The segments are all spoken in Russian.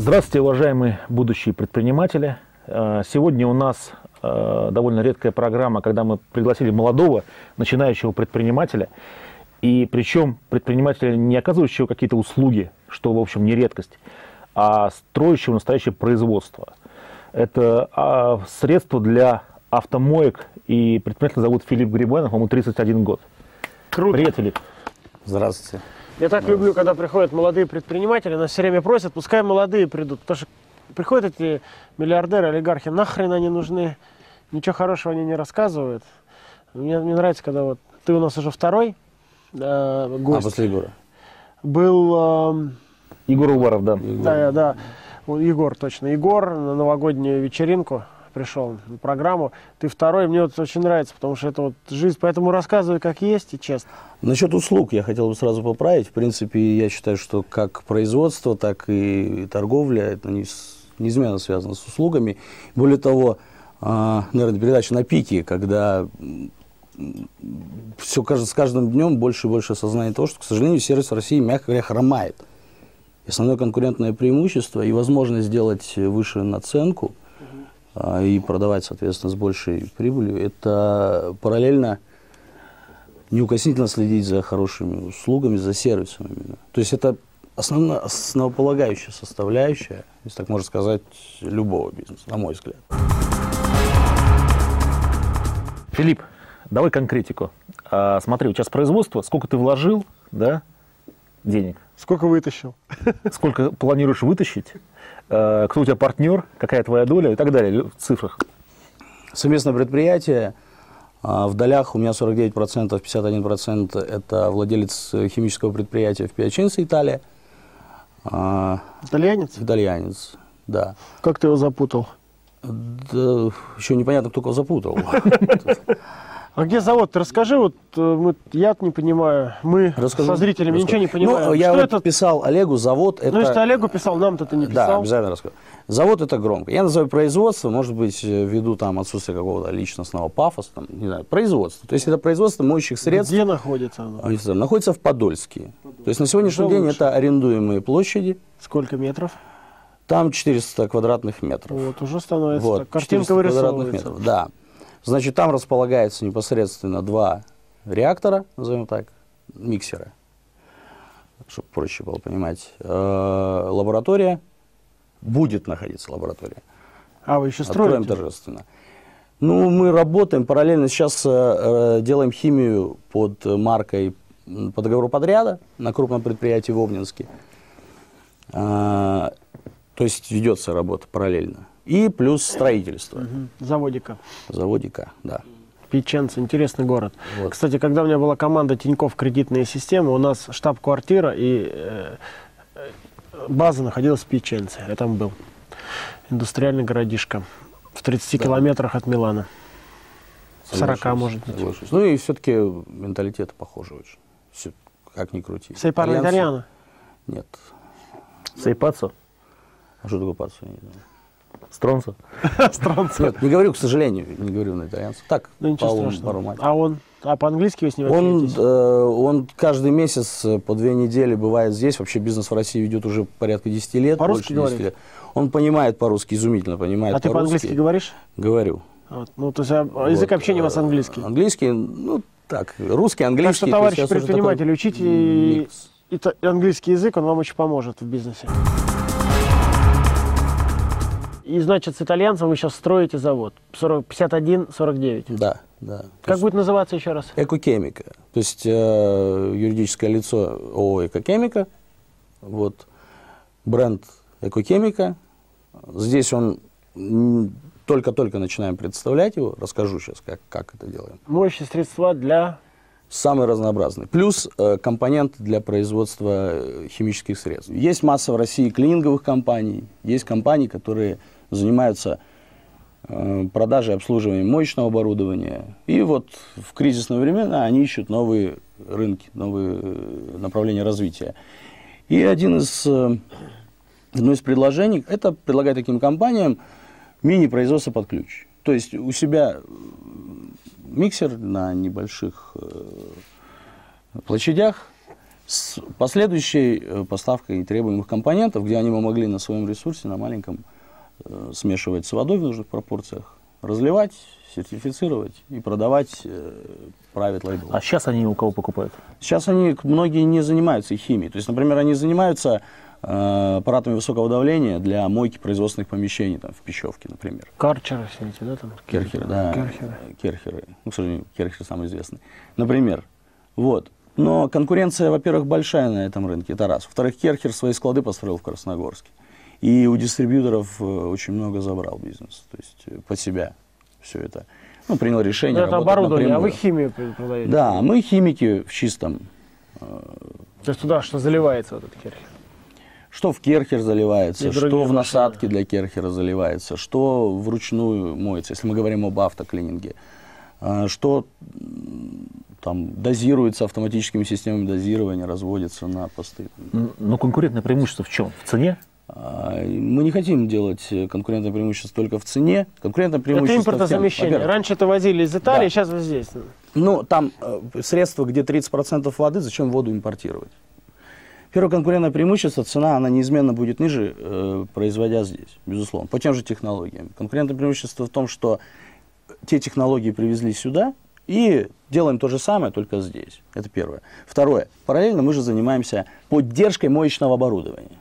Здравствуйте, уважаемые будущие предприниматели. Сегодня у нас довольно редкая программа, когда мы пригласили молодого начинающего предпринимателя. И причем предпринимателя, не оказывающего какие-то услуги, что, в общем, не редкость, а строящего настоящее производство. Это средство для автомоек, и предпринимателя зовут Филипп Грибанов, ему 31 год. Круто. Привет, Филипп. Здравствуйте. Я так люблю, когда приходят молодые предприниматели, нас все время просят, пускай молодые придут, потому что приходят эти миллиардеры, олигархи, нахрен они нужны, ничего хорошего они не рассказывают. Мне нравится, когда вот ты у нас уже второй гость. После Егора. Был... Егор Уваров, да. Да. Егор, точно. Егор на новогоднюю вечеринку пришел на программу. Ты второй, мне вот очень нравится, потому что это вот жизнь, поэтому рассказывай как есть и честно. Насчет услуг я хотел бы сразу поправить. В принципе, я считаю, что как производство, так и торговля, это неизменно связано с услугами. Более того, наверное, передача на пике, когда все с каждым днем больше и больше осознание того, что, к сожалению, сервис в России, мягко говоря, хромает. Основное конкурентное преимущество и возможность сделать выше наценку и продавать, соответственно, с большей прибылью, это параллельно неукоснительно следить за хорошими услугами, за сервисом именно. То есть это основополагающая составляющая, если так можно сказать, любого бизнеса, на мой взгляд. Филипп, давай конкретику. Смотри, сейчас производство, сколько ты вложил, да, денег? Сколько вытащил? Сколько планируешь вытащить? Кто у тебя партнер? Какая твоя доля? И так далее в цифрах. Совместное предприятие. В долях у меня 49%, 51% это владелец химического предприятия в Пьяченце, Италия. Итальянец? Итальянец, да. Как ты его запутал? Да, еще непонятно, кто кого запутал. А где завод? Ты расскажи, вот я не понимаю, мы со зрителями ничего не понимаем. Ну, я вот писал Олегу, завод это... Ну, если ты Олегу писал, нам-то ты не писал. Да, обязательно расскажу. Завод это громко. Я называю производство, может быть, ввиду там отсутствия какого-то личностного пафоса, там, не знаю, производство. То есть это производство моющих средств. Где находится оно? Находится в Подольске. То есть на сегодняшний день это арендуемые площади. Сколько метров? Там 400 квадратных метров. Вот, уже становится, вот, так, картинка вырисовывается. Метров, да. Значит, там располагается непосредственно 2 реактора, назовем так, миксера, чтобы проще было понимать. Лаборатория, будет находиться лаборатория. А вы еще строите? Откроем торжественно. Ну, мы работаем параллельно, сейчас делаем химию под маркой, по договору подряда на крупном предприятии в Обнинске. То есть ведется работа параллельно. И плюс строительство. Заводика. Заводика, да. Пьяченце, интересный город. Вот. Кстати, когда у меня была команда Тинькофф кредитные системы, у нас штаб-квартира и база находилась в Пьяченце. Я там был. Индустриальный городишко. В 30 километрах от Милана. 40, может быть. Соглашусь. Ну и все-таки менталитеты похожи очень. Все, как ни крути. Сей парла итальяно? Нет. Сей пацо? А что такое пацо? Я не знаю. Стронцо? Стронцо. Нет, не говорю, к сожалению, не говорю на итальянцев. Так, ну, ничего страшного. А он, по-английски вы с ним общаетесь? Он каждый месяц по 2 недели бывает здесь. Вообще бизнес в России ведет уже порядка 10 лет. По-русски говорит? Лет. Он понимает по-русски, изумительно понимает по-русски. А ты по-английски говоришь? Говорю. Вот. Ну, то есть язык общения у вас английский? Английский, ну, так, русский, английский. Так что, товарищи предприниматели, учите английский язык, он вам очень поможет в бизнесе. И, значит, с итальянцем вы сейчас строите завод. 51-49. Да, да. Как будет называться еще раз? Экокемика. То есть юридическое лицо ООО «Экокемика». Вот. Бренд «Экокемика». Здесь он только-только начинаем представлять его. Расскажу сейчас, как это делаем. Моющие средства для... Самые разнообразные. Плюс компоненты для производства химических средств. Есть масса в России клининговых компаний. Есть компании, которые занимаются продажей и обслуживанием моечного оборудования. И вот в кризисные времена они ищут новые рынки, новые направления развития. И одно из предложений, это предлагать таким компаниям мини-производство под ключ. То есть у себя миксер на небольших площадях, с последующей поставкой требуемых компонентов, где они могли на своем ресурсе, на маленьком, смешивать с водой в нужных пропорциях, разливать, сертифицировать и продавать private label. А сейчас они у кого покупают? Сейчас они, многие не занимаются химией. То есть, например, они занимаются аппаратами высокого давления для мойки производственных помещений, там, в пищевке, например. Карчеры все эти, да? Там? Керхеры, да. Керхеры. Керхеры. Ну, к сожалению, Керхер самый известный. Например. Вот. Но конкуренция, во-первых, большая на этом рынке, это раз. Во-вторых, Керхер свои склады построил в Красногорске. И у дистрибьюторов очень много забрал бизнес. То есть под себя все это. Ну, принял решение. Это оборудование, напрямую. А вы химию продаете? Да, мы химики в чистом. То есть туда что заливается, вот этот Керхер? Что в Керхер заливается, что в насадке машины для Керхера заливается, что вручную моется, если мы говорим об автоклининге, что там дозируется автоматическими системами дозирования, разводится на посты. Но конкурентное преимущество в чем? В цене? Мы не хотим делать конкурентное преимущество только в цене. Конкурентное преимущество это импортозамещение. Раньше это возили из Италии, да. Сейчас вот здесь. Ну, там средства, где 30% воды, зачем воду импортировать? Первое конкурентное преимущество, цена, она неизменно будет ниже, производя здесь, безусловно, по тем же технологиям. Конкурентное преимущество в том, что те технологии привезли сюда и делаем то же самое, только здесь. Это первое. Второе. Параллельно мы же занимаемся поддержкой моечного оборудования.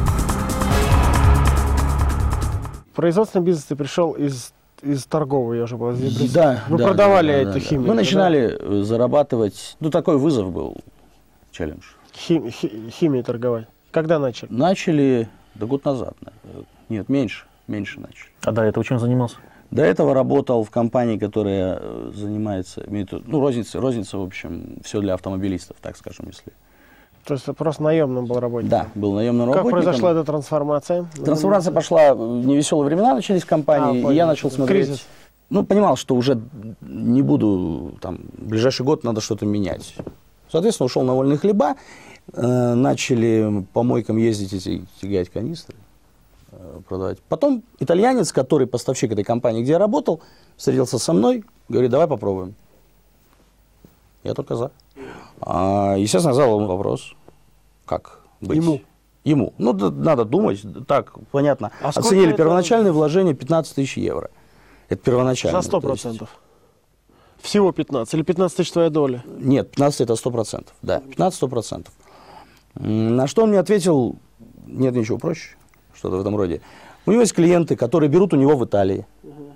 Производственный бизнес ты пришел из торгового, я уже был здесь. Да, вы да, продавали да, эту да, химию. Мы начинали зарабатывать, ну такой вызов был, челлендж. Химией торговать. Когда начали? Начали, да год назад. Нет, меньше начали. А до этого чем занимался? До этого работал в компании, которая занимается, ну, розница, в общем, все для автомобилистов, так скажем, если. То есть просто наемным был работником? Да, был наемным работником. Как произошла эта трансформация? Трансформация пошла, невеселые времена начались в компании, и я начал смотреть. Кризис. Ну, понимал, что уже не буду, там, в ближайший год надо что-то менять. Соответственно, ушел на вольные хлеба, начали по мойкам ездить и тягать канистры, продавать. Потом итальянец, который поставщик этой компании, где я работал, встретился со мной, говорит, давай попробуем. Я только за. Естественно, задал ему вопрос, как быть. Ему. Ну, надо думать, так, понятно. Оценили первоначальное вложение 15 тысяч евро. Это первоначально. За 100%. Всего 15? Или 15 тысяч твоя доля? Нет, 15 это 100%. Да, 15-100%. На что он мне ответил, нет ничего проще, что-то в этом роде. У него есть клиенты, которые берут у него в Италии,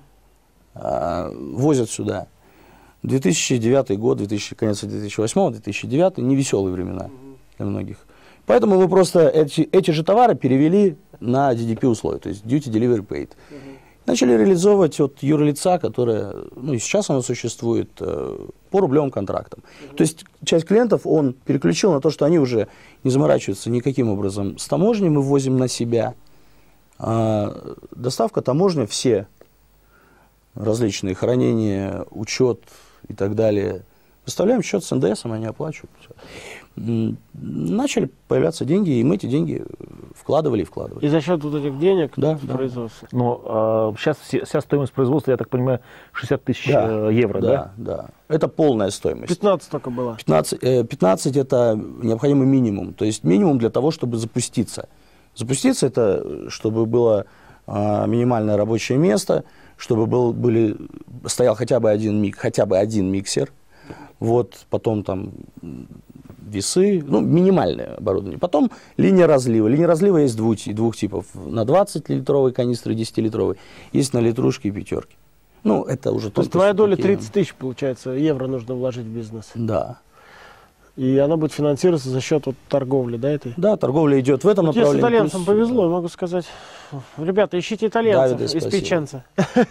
возят сюда. 2009 год, конец 2008, 2009, невеселые времена для многих. Поэтому мы просто эти же товары перевели на DDP условия, то есть Duty Delivery Paid. Начали реализовывать от юрлица, которое, ну и сейчас оно существует, по рублевым контрактам. То есть часть клиентов он переключил на то, что они уже не заморачиваются никаким образом с таможней, мы ввозим на себя. Доставка, таможня, все различные хранения, учет и так далее. Выставляем счет с НДСом, они оплачивают. Начали появляться деньги, и мы эти деньги вкладывали. И за счет вот этих денег в производство? Но сейчас вся стоимость производства, я так понимаю, 60 тысяч евро, да? Да. Это полная стоимость. 15 только было? 15 это необходимый минимум. То есть минимум для того, чтобы запуститься. Запуститься это, чтобы было минимальное рабочее место, чтобы стоял хотя бы один миксер. Вот, потом там весы, ну, минимальное оборудование. Потом линия разлива. Линия разлива есть двух типов. На 20-литровой канистры, 10-литровой. Есть на литрушке и пятерке. Ну, это уже... То есть твоя доля 30 тысяч, получается, евро нужно вложить в бизнес? Да. И она будет финансироваться за счет вот торговли, да, этой? Да, торговля идет в этом направлении. Тебе с итальянцам повезло, я могу сказать. Ребята, ищите итальянцев из Пьяченца.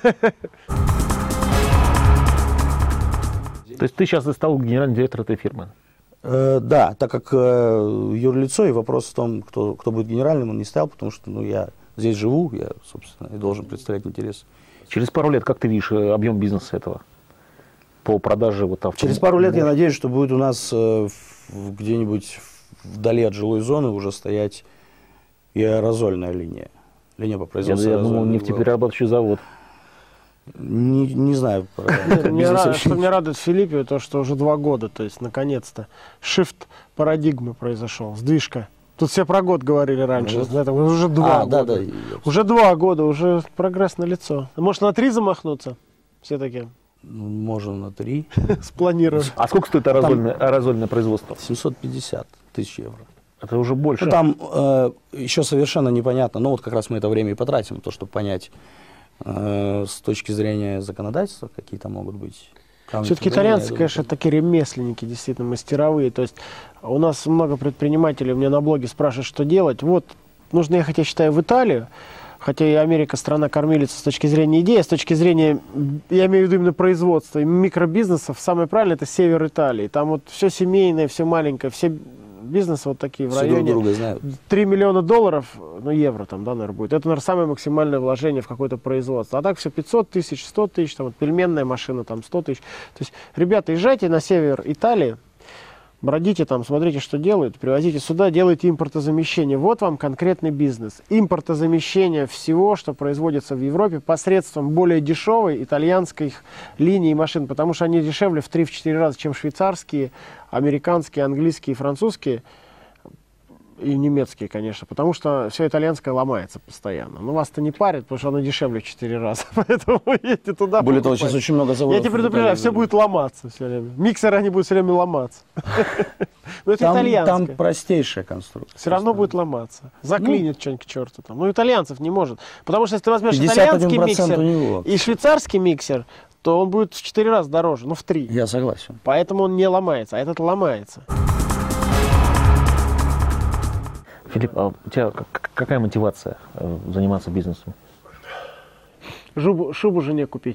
То есть ты сейчас стал генеральным директором этой фирмы? Да, так как юрлицо, и вопрос в том, кто будет генеральным, он не стоял, потому что я здесь живу, я, собственно, и должен представлять интерес. Через пару лет как ты видишь объем бизнеса этого по продаже вот автомобилей? Через пару лет я надеюсь, что будет у нас где-нибудь вдали от жилой зоны уже стоять и аэрозольная линия. Линия по производству. Я думал, нефтеперерабатывающий завод. Не знаю. Что мне радует в Филиппе, то, что уже 2 года, то есть, наконец-то, shift парадигмы произошел, сдвижка. Тут все про год говорили раньше, уже 2 года. Да. Уже 2 года, уже прогресс налицо. Может, на 3 замахнуться все-таки? Можно на 3. Спланировать. А сколько стоит аэрозольное производство? 750 тысяч евро. Это уже больше. Ну, там еще совершенно непонятно, но вот как раз мы это время и потратим, на то, чтобы понять с точки зрения законодательства, какие там могут быть. Все-таки итальянцы, конечно, такие ремесленники, действительно мастеровые. То есть у нас много предпринимателей, мне на блоге спрашивают, что делать. Вот, нужно ехать, я считаю, в Италию, хотя и Америка страна-кормилица с точки зрения идеи, с точки зрения, я имею в виду именно производства и микробизнесов, самое правильное это север Италии. Там вот все семейное, все маленькое, все бизнесы вот такие в все районе друг друга знают. 3 миллиона долларов, ну евро там, да, наверное, будет. Это, наверное, самое максимальное вложение в какое-то производство. А так все 500 тысяч, 100 тысяч, там вот пельменная машина, там 100 тысяч. То есть, ребята, езжайте на север Италии, бродите там, смотрите, что делают, привозите сюда, делайте импортозамещение. Вот вам конкретный бизнес. Импортозамещение всего, что производится в Европе посредством более дешевой итальянской линии машин, потому что они дешевле в 3-4 раза, чем швейцарские, американские, английские, французские. И немецкие, конечно, потому что все итальянское ломается постоянно. Но вас-то не парит, потому что оно дешевле в 4 раза. Поэтому едьте туда. Более того, сейчас очень много заводов. Я тебе предупреждаю, все будет ломаться все время. Миксеры, они будут все время ломаться. Но это итальянское. Там простейшая конструкция. Все равно будет ломаться. Заклинит что-нибудь к черту там. Ну, итальянцев не может. Потому что если ты возьмешь итальянский миксер и швейцарский миксер, то он будет в 4 раза дороже, ну в 3. Я согласен. Поэтому он не ломается, а этот ломается. Филипп, а у тебя какая мотивация заниматься бизнесом? Шубу жене купить.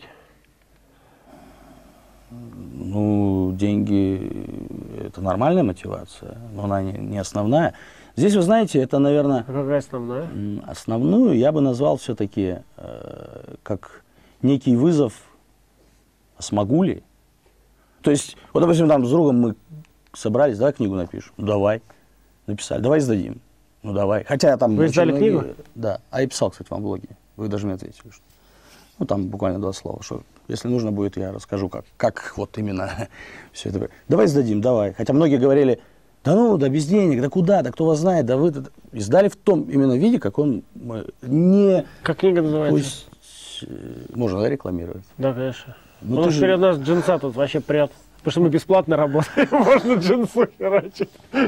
Ну, деньги – это нормальная мотивация, но она не основная. Здесь, вы знаете, это, наверное… А какая основная? Основную я бы назвал все-таки как некий вызов, смогу ли. То есть, вот, допустим, там с другом мы собрались, давай книгу напишем. Ну, давай. Написали. Давай сдадим. Ну, давай. Хотя там… Вы издали книгу? Да. А я писал, кстати, вам в блоге. Вы даже мне ответили. Что... Ну, там буквально 2 слова. Что, если нужно будет, я расскажу, как вот именно все это… Давай сдадим, давай. Хотя многие говорили, да ну, да без денег, да куда, да кто вас знает, да вы… Издали в том именно виде, как он не… Как книга называется? Пусть… Можно, да, рекламировать? Да, конечно. Ну, Он вперед нас джинса тут вообще прет. Потому что мы бесплатно работаем, можно джинсу херачить.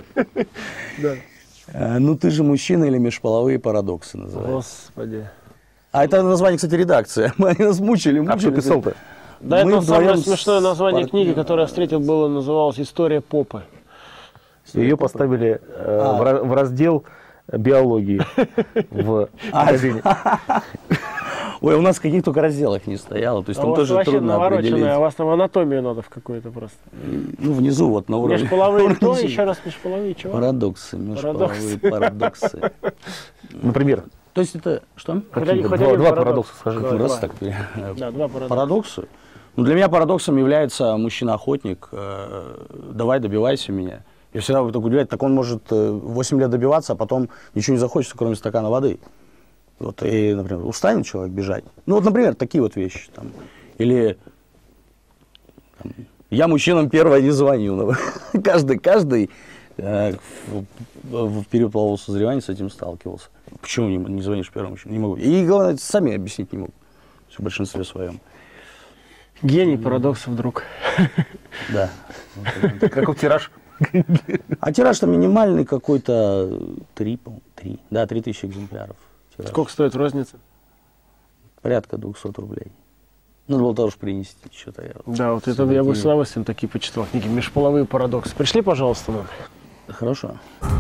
Ну ты же мужчина или межполовые парадоксы называется. Господи. А это название, кстати, редакция. Они нас мучили. А кто писал-то? Да, это самое смешное название книги, которое я встретил, было, называлось «История попы». Ее поставили в раздел биологии в магазине. Ой, у нас в каких только разделах не стояло, то есть там тоже трудно определить. А у вас там анатомию надо в какую-то просто. Ну, внизу вот на уровне. Межполовые кто? Еще раз межполовые чего? Парадоксы, межполовые парадоксы. Например? То есть это что? Два парадокса, скажи. Раз так. Да, 2 парадокса. Парадоксы? Ну, для меня парадоксом является мужчина-охотник. Давай, добивайся меня. Я всегда так удивляюсь, так он может 8 лет добиваться, а потом ничего не захочется, кроме стакана воды. Вот, и, например, устанет человек бежать. Ну, вот, например, такие вот вещи. Там. Или там, я мужчинам первое не звоню. Каждый в период полового созревания с этим сталкивался. Почему не звонишь первому мужчине? Не могу. И, главное, сами объяснить не могу. В большинстве своем. Гений парадоксов, друг. Да. Какой тираж? А тираж-то минимальный какой-то 3 тысячи экземпляров. Тираж. Сколько стоит розница? Порядка 200 рублей. Надо было тоже принести что-то. Да, вот это я бы с удовольствием такие почитал книги. Межполовые парадоксы. Пришли, пожалуйста, нам. Хорошо.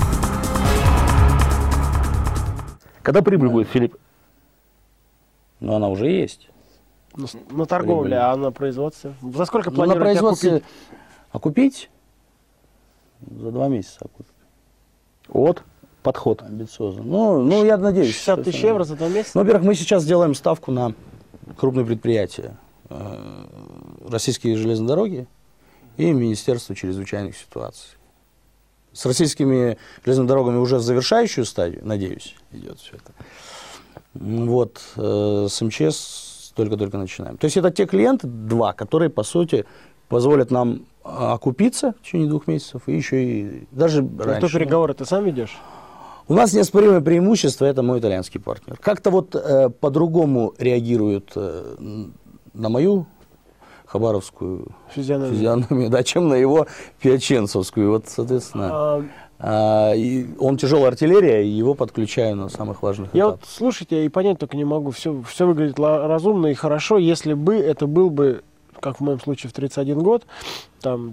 Когда прибыль будет, Филипп? Ну, она уже есть. На торговле, а на производстве? За сколько На планируете производстве окупить? За 2 месяца окупить. Подход. Амбициозно. Ну, я надеюсь. 60 тысяч евро за 2 месяца? Ну, во-первых, мы сейчас делаем ставку на крупные предприятия. Российские железные дороги и Министерство чрезвычайных ситуаций. С российскими железными дорогами уже в завершающую стадию, надеюсь, идет все это. Вот, с МЧС только начинаем. То есть это те клиенты, два, которые, по сути, позволят нам окупиться в течение 2 месяцев и еще и даже раньше. Кто переговоры ты сам ведешь? У нас неоспоримое преимущество – это мой итальянский партнер. Как-то вот по-другому реагируют на мою хабаровскую физиономию, да, чем на его пьяченцевскую. Вот, соответственно, он тяжелая артиллерия, и его подключаю на самых важных этапах. Я вот, слушайте, и понять только не могу. Все выглядит разумно и хорошо, если бы это был бы, как в моем случае, в 31 год, там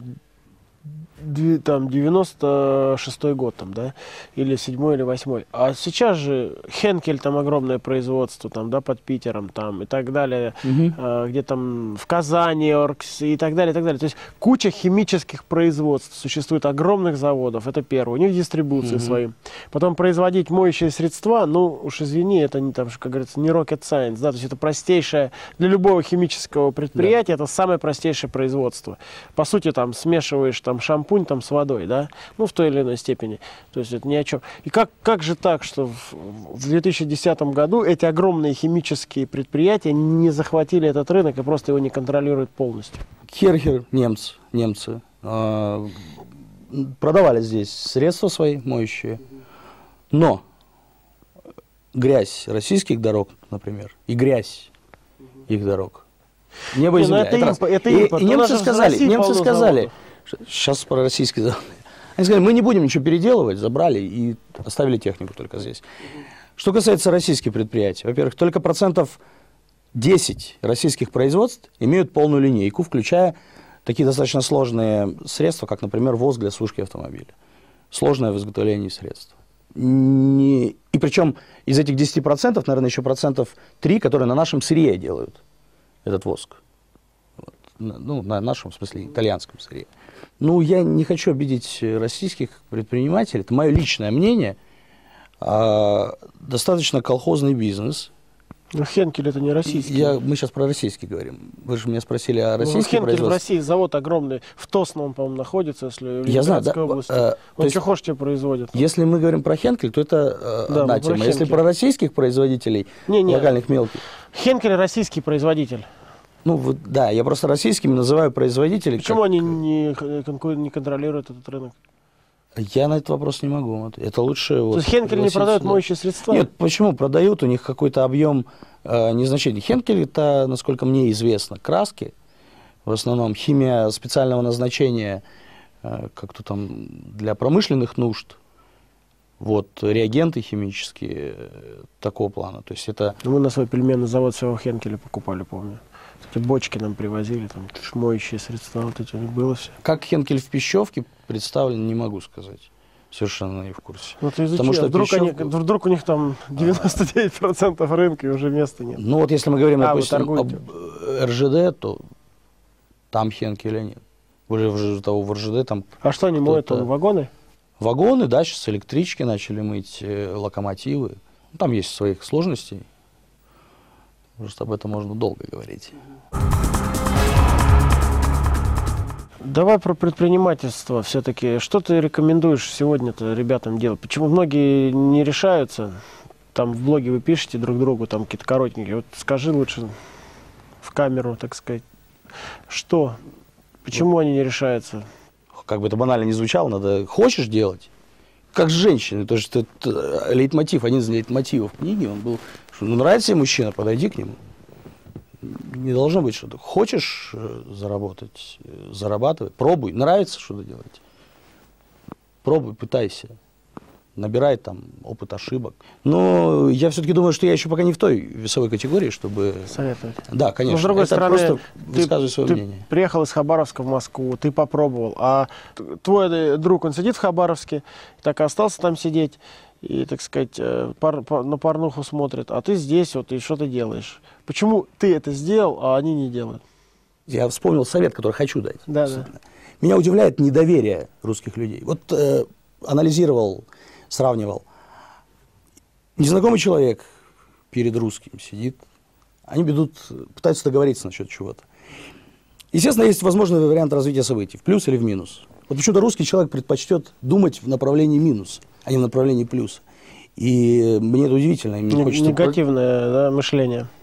96-й год, там, да, или 7-й, или 8-й. А сейчас же Хенкель, там огромное производство, там, да, под Питером, там, и так далее, где там в Казани, и так далее, и так далее. То есть куча химических производств, существует огромных заводов, это первое, у них дистрибуции свои. Потом производить моющие средства, ну, уж извини, это не, там, как говорится, не rocket science, да, то есть это простейшее, для любого химического предприятия, это самое простейшее производство. По сути, там, смешиваешь, там, шампунь, там с водой, да, ну, в той или иной степени, то есть это ни о чем. И как же так, что в 2010 году эти огромные химические предприятия не захватили этот рынок и просто его не контролируют полностью? Керхер, немцы, продавали здесь средства свои моющие, но грязь российских дорог, например, и грязь их дорог, небо и земля. И немцы сказали, сейчас про российский завод. Они сказали, мы не будем ничего переделывать, забрали и оставили технику только здесь. Что касается российских предприятий, во-первых, только 10% российских производств имеют полную линейку, включая такие достаточно сложные средства, как, например, воск для сушки автомобиля. Сложное в изготовлении средств. И причем из этих 10%, наверное, еще 3%, которые на нашем сырье делают этот воск. Вот. Ну, на нашем, в смысле, итальянском сырье. Ну, я не хочу обидеть российских предпринимателей, это мое личное мнение. Достаточно колхозный бизнес. Но Хенкель это не российский. Мы сейчас про российский говорим. Вы же меня спросили о российских Хенкель производствах. в России завод огромный, в Тосно он, по-моему, находится, если в Я знаю, да, области. Он что хочешь тебе производит. Если мы говорим про Хенкель, то это одна тема. Если про российских производителей, локальных мелких. Хенкель российский производитель. Ну, да, я просто российскими называю производителей. Почему они не контролируют этот рынок? Я на этот вопрос не могу. Это лучше... То есть Хенкель не продает моющие средства? Нет, почему? Продают, у них какой-то объем незначительный. Хенкель это, насколько мне известно, краски, в основном химия специального назначения, как-то там для промышленных нужд. Вот, реагенты химические такого плана. То есть это... Мы на свой пельменный завод всего Хенкеля покупали, помню. Эти бочки нам привозили, там, моющие средства, вот эти, было все. Как Хенкель в пищевке представлен, не могу сказать. Совершенно не в курсе. Ну, ты изучи, потому что вдруг у них там 99% рынка и уже места нет. Ну, вот если мы говорим, допустим, об РЖД, то там Хенкеля нет. Уже в РЖД там... А что они моют, вагоны? Вагоны, да, сейчас электрички начали мыть, локомотивы. Там есть своих сложностей. Может, об этом можно долго говорить. Давай про предпринимательство все-таки. Что ты рекомендуешь сегодня-то ребятам делать? Почему многие не решаются? Там в блоге вы пишете друг другу, там какие-то коротенькие. Вот скажи лучше в камеру, так сказать, что? Почему они не решаются? Как бы это банально не звучало, надо... Хочешь делать? Как женщины. То есть это лейтмотив, один из лейтмотивов книги, он был, что ну, нравится тебе мужчина, подойди к нему. Не должно быть что-то. Хочешь заработать, зарабатывай, пробуй. Нравится что-то делать? Пробуй, пытайся. Набирай там опыт ошибок. Но я все-таки думаю, что я еще пока не в той весовой категории, чтобы... Советовать. Да, конечно. Но, с другой стороны, просто высказывай свое мнение. Приехал из Хабаровска в Москву, ты попробовал, а твой друг, он сидит в Хабаровске, так и остался там сидеть, и, так сказать, на порнуху смотрит, а ты здесь, вот, и что ты делаешь? Почему ты это сделал, а они не делают? Я вспомнил совет, который хочу дать. Да. Меня удивляет недоверие русских людей. Вот анализировал, сравнивал. Незнакомый человек перед русским сидит, они пытаются договориться насчет чего-то. Естественно, есть возможный вариант развития событий, в плюс или в минус. Вот почему-то русский человек предпочтет думать в направлении минус, а не в направлении плюс. И мне это удивительно. Мне негативное мышление.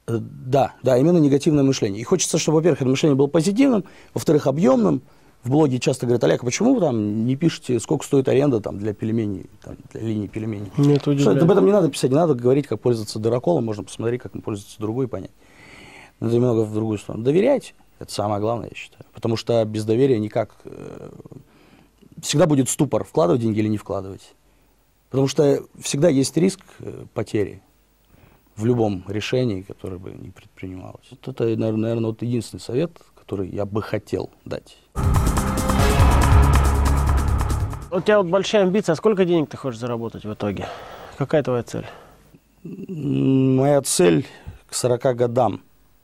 Да, именно негативное мышление. И хочется, чтобы, во-первых, это мышление было позитивным, во-вторых, объемным. В блоге часто говорят: Олег, а почему вы там не пишете, сколько стоит аренда там, для пельменей, там, для линии пельменей? Об этом не надо писать, не надо говорить, как пользоваться дыроколом, можно посмотреть, как им пользоваться другой и понять. Надо немного в другую сторону. Доверяйте, это самое главное, я считаю. Потому что без доверия никак... Всегда будет ступор, вкладывать деньги или не вкладывать. Потому что всегда есть риск потери в любом решении, которое бы не предпринималось. Вот это, наверное, вот единственный совет, который я бы хотел дать. У тебя вот большая амбиция. Сколько денег ты хочешь заработать в итоге? Какая твоя цель? Моя цель к 40 годам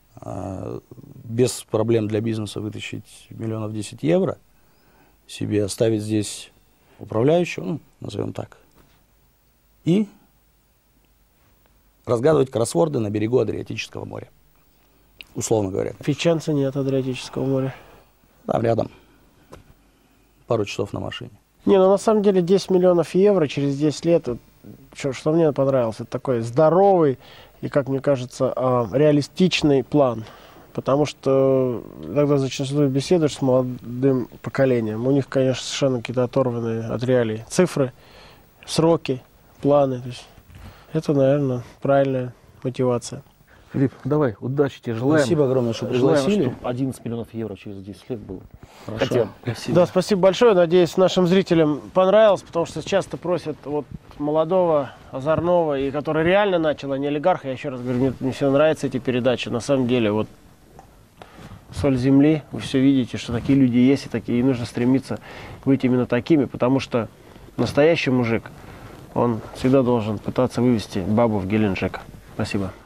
без проблем для бизнеса вытащить 10 миллионов евро, себе оставить здесь управляющего, ну, назовем так, и разгадывать кроссворды на берегу Адриатического моря, условно говоря. Фиченца нет Адриатического моря. Там рядом. Пару часов на машине. Не, ну на самом деле 10 миллионов евро через 10 лет, что мне понравилось, это такой здоровый и, как мне кажется, реалистичный план. Потому что тогда зачастую беседуешь с молодым поколением, у них, конечно, совершенно какие-то оторванные от реалий цифры, сроки, планы. То есть это, наверное, правильная мотивация. Филипп, давай, удачи тебе желаем. Спасибо огромное, что пригласили. Желаем, чтобы 11 миллионов евро через 10 лет было. Хорошо. Спасибо. Да, спасибо большое. Надеюсь, нашим зрителям понравилось, потому что часто просят вот молодого, озорного, и который реально начал, а не олигарха. Я еще раз говорю, мне всегда нравятся эти передачи. На самом деле, вот соль земли, вы все видите, что такие люди есть, и такие, и нужно стремиться быть именно такими, потому что настоящий мужик, он всегда должен пытаться вывести бабу в Геленджик. Спасибо.